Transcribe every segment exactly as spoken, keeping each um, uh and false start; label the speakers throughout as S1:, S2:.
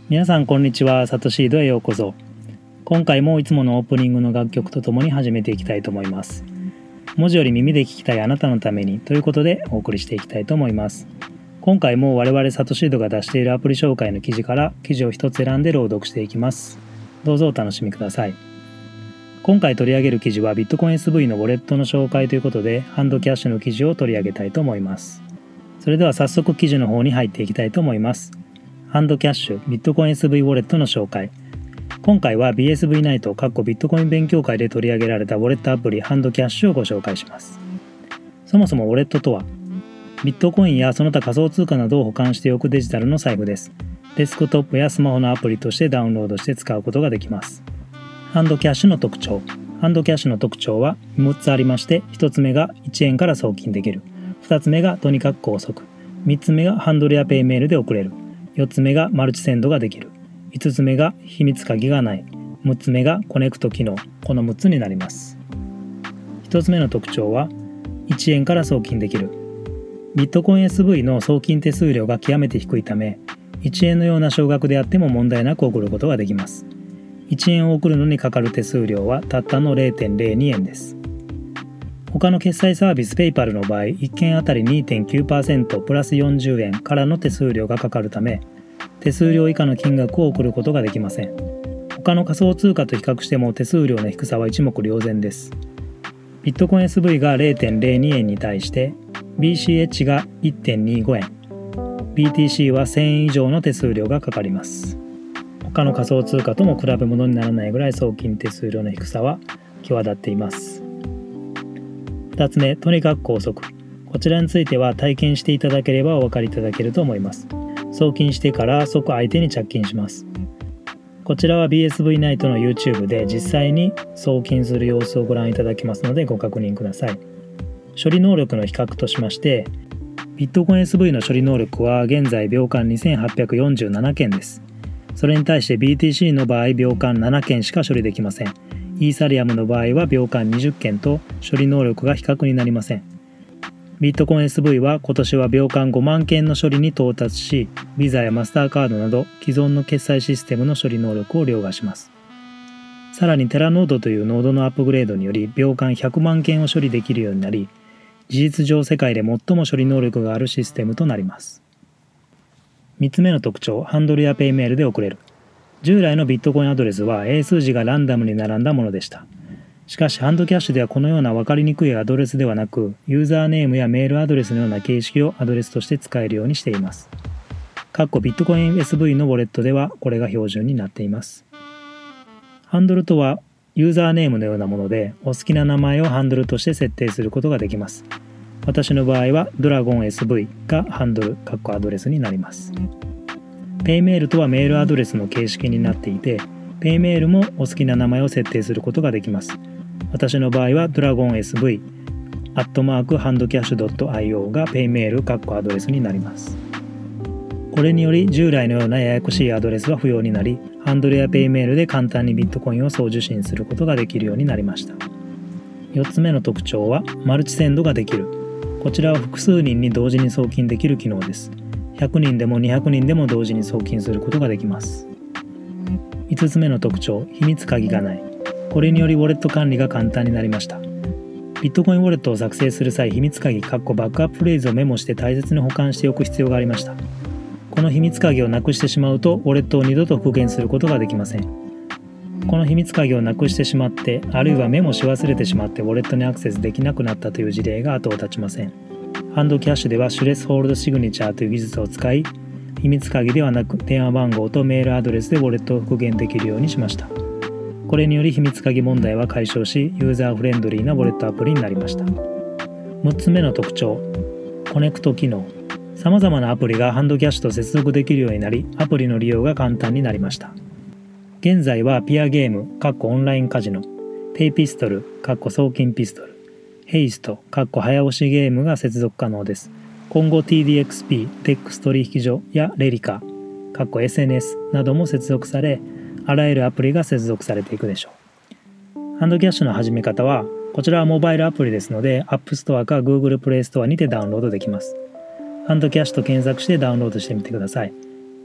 S1: 皆さんこんにちは。サトシードへようこそ。今回もいつものオープニングの楽曲とともに始めていきたいと思います。文字より耳で聞きたいあなたのためにということでお送りしていきたいと思います。今回も我々サトシードが出しているアプリ紹介の記事から記事を一つ選んで朗読していきます。どうぞお楽しみください。今回取り上げる記事はビットコイン エスブイ のウォレットの紹介ということで、ハンドキャッシュの記事を取り上げたいと思います。それでは早速記事の方に入っていきたいと思います。ハンドキャッシュビットコイン エスブイ ウォレットの紹介。今回は ビーエスブイ ナイトビットコイン勉強会で取り上げられたウォレットアプリハンドキャッシュをご紹介します。そもそもウォレットとは、ビットコインやその他仮想通貨などを保管しておくデジタルの財布です。デスクトップやスマホのアプリとしてダウンロードして使うことができます。ハンドキャッシュの特徴。ハンドキャッシュの特徴はむっつありまして、ひとつめがいちえんから送金できる、ふたつめがとにかく高速、みっつめがハンドルやペイメールで送れる、よっつめがマルチセンドができる、いつつめが秘密鍵がない、むっつめがコネクト機能、このむっつになります。ひとつめの特徴はいちえんから送金できる。ビットコイン エスブイ の送金手数料が極めて低いため、いちえんのような少額であっても問題なく送ることができます。いちえんを送るのにかかる手数料はたったの ゼロてんゼロにえんです。他の決済サービス PayPal の場合、いっけんあたり にてんきゅうパーセント プラスよんじゅうえんからの手数料がかかるため、手数料以下の金額を送ることができません。他の仮想通貨と比較しても手数料の低さは一目瞭然です。ビットコイン エスブイ が ゼロてんゼロにえんに対して ビーシーエイチ が いってんにじゅうごえん、ビーティーシー はせんえん以上の手数料がかかります。他の仮想通貨とも比べ物にならないぐらい送金手数料の低さは際立っています。ふたつめ、とにかく高速。こちらについては体験していただければお分かりいただけると思います。送金してから即相手に着金します。こちらは ビーエスブイ ナイトの YouTube で実際に送金する様子をご覧いただけますのでご確認ください。処理能力の比較としまして、ビットコイン エスブイ の処理能力は現在秒間にせんはっぴゃくよんじゅうななけんです。それに対して ビーティーシー の場合秒間ななけんしか処理できません。イーサリアムの場合は秒間にじゅっけんと処理能力が比較になりません。ビットコイン エスブイ は今年は秒間ごまんけんの処理に到達し、ビザやマスターカードなど既存の決済システムの処理能力を凌駕します。さらにテラノードというノードのアップグレードにより秒間ひゃくまんけんを処理できるようになり、事実上世界で最も処理能力があるシステムとなります。みっつめの特徴、ハンドルやペイメールで送れる。従来のビットコインアドレスは英数字がランダムに並んだものでした。しかしハンドキャッシュではこのような分かりにくいアドレスではなく、ユーザーネームやメールアドレスのような形式をアドレスとして使えるようにしています。ビットコイン エスブイ のウォレットではこれが標準になっています。ハンドルとはユーザーネームのようなもので、お好きな名前をハンドルとして設定することができます。私の場合はドラゴン エスブイ がハンドルアドレスになります。ペイメールとはメールアドレスの形式になっていて、ペイメールもお好きな名前を設定することができます。私の場合はドラゴン エスブイ アットマークハンドキャッシュ ドット アイオー がペイメールアドレスになります。これにより従来のようなややこしいアドレスは不要になり、ハンドルやペイメールで簡単にビットコインを送受信することができるようになりました。よっつめの特徴はマルチセンドができる。こちらは複数人に同時に送金できる機能です。ひゃくにんでもにひゃくにんでも同時に送金することができます。いつつめの特徴、秘密鍵がない。これによりウォレット管理が簡単になりました。ビットコインウォレットを作成する際、秘密鍵バックアップフレーズをメモして大切に保管しておく必要がありました。この秘密鍵をなくしてしまうと、ウォレットを二度と復元することができません。この秘密鍵をなくしてしまって、あるいはメモし忘れてしまってウォレットにアクセスできなくなったという事例が後を絶ちません。ハンドキャッシュではシュレスホールドシグニチャーという技術を使い、秘密鍵ではなく電話番号とメールアドレスでウォレットを復元できるようにしました。これにより秘密鍵問題は解消し、ユーザーフレンドリーなウォレットアプリになりました。むっつめの特徴、コネクト機能。さまざまなアプリがハンドキャッシュと接続できるようになり、アプリの利用が簡単になりました。現在はピアゲームオンラインカジノ、ペイピストル送金ピストル、ヘイスト早押しゲームが接続可能です。今後 ティーディーエックスピー、デックス 取引所やレリカ エスエヌエス なども接続され、あらゆるアプリが接続されていくでしょう。ハンドキャッシュの始め方は、こちらはモバイルアプリですので App Store か Google Play Store にてダウンロードできます。ハンドキャッシュと検索してダウンロードしてみてください。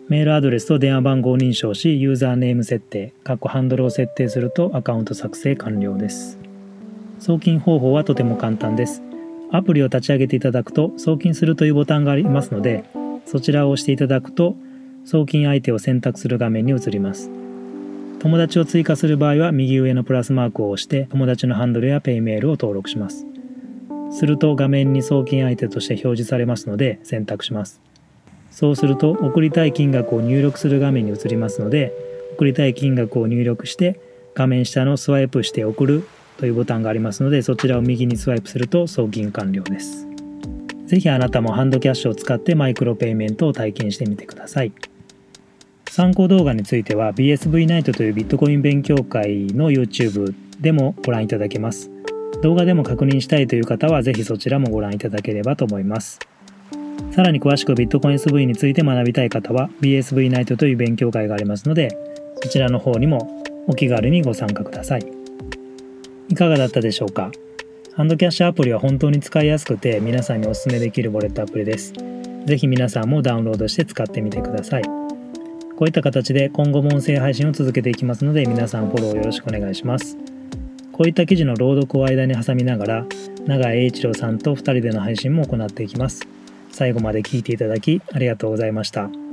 S1: メールアドレスと電話番号を認証し、ユーザーネーム設定、ハンドルを設定するとアカウント作成完了です。送金方法はとても簡単です。アプリを立ち上げていただくと送金するというボタンがありますので、そちらを押していただくと送金相手を選択する画面に移ります。友達を追加する場合は右上のプラスマークを押して友達のハンドルやペイメールを登録します。すると画面に送金相手として表示されますので選択します。そうすると送りたい金額を入力する画面に移りますので、送りたい金額を入力して画面下のスワイプして送るというボタンがありますので、そちらを右にスワイプすると送金完了です。ぜひあなたもハンドキャッシュを使ってマイクロペイメントを体験してみてください。参考動画については ビーエスブイ ナイトというビットコイン勉強会の YouTube でもご覧いただけます。動画でも確認したいという方はぜひそちらもご覧いただければと思います。さらに詳しくビットコイン エスブイ について学びたい方は ビーエスブイ ナイトという勉強会がありますので、そちらの方にもお気軽にご参加ください。いかがだったでしょうか。ハンドキャッシュアプリは本当に使いやすくて皆さんにお勧めできるウォレットアプリです。ぜひ皆さんもダウンロードして使ってみてください。こういった形で今後も音声配信を続けていきますので、皆さんフォローよろしくお願いします。こういった記事の朗読を間に挟みながら、永井英一郎さんとふたりでの配信も行っていきます。最後まで聞いていただきありがとうございました。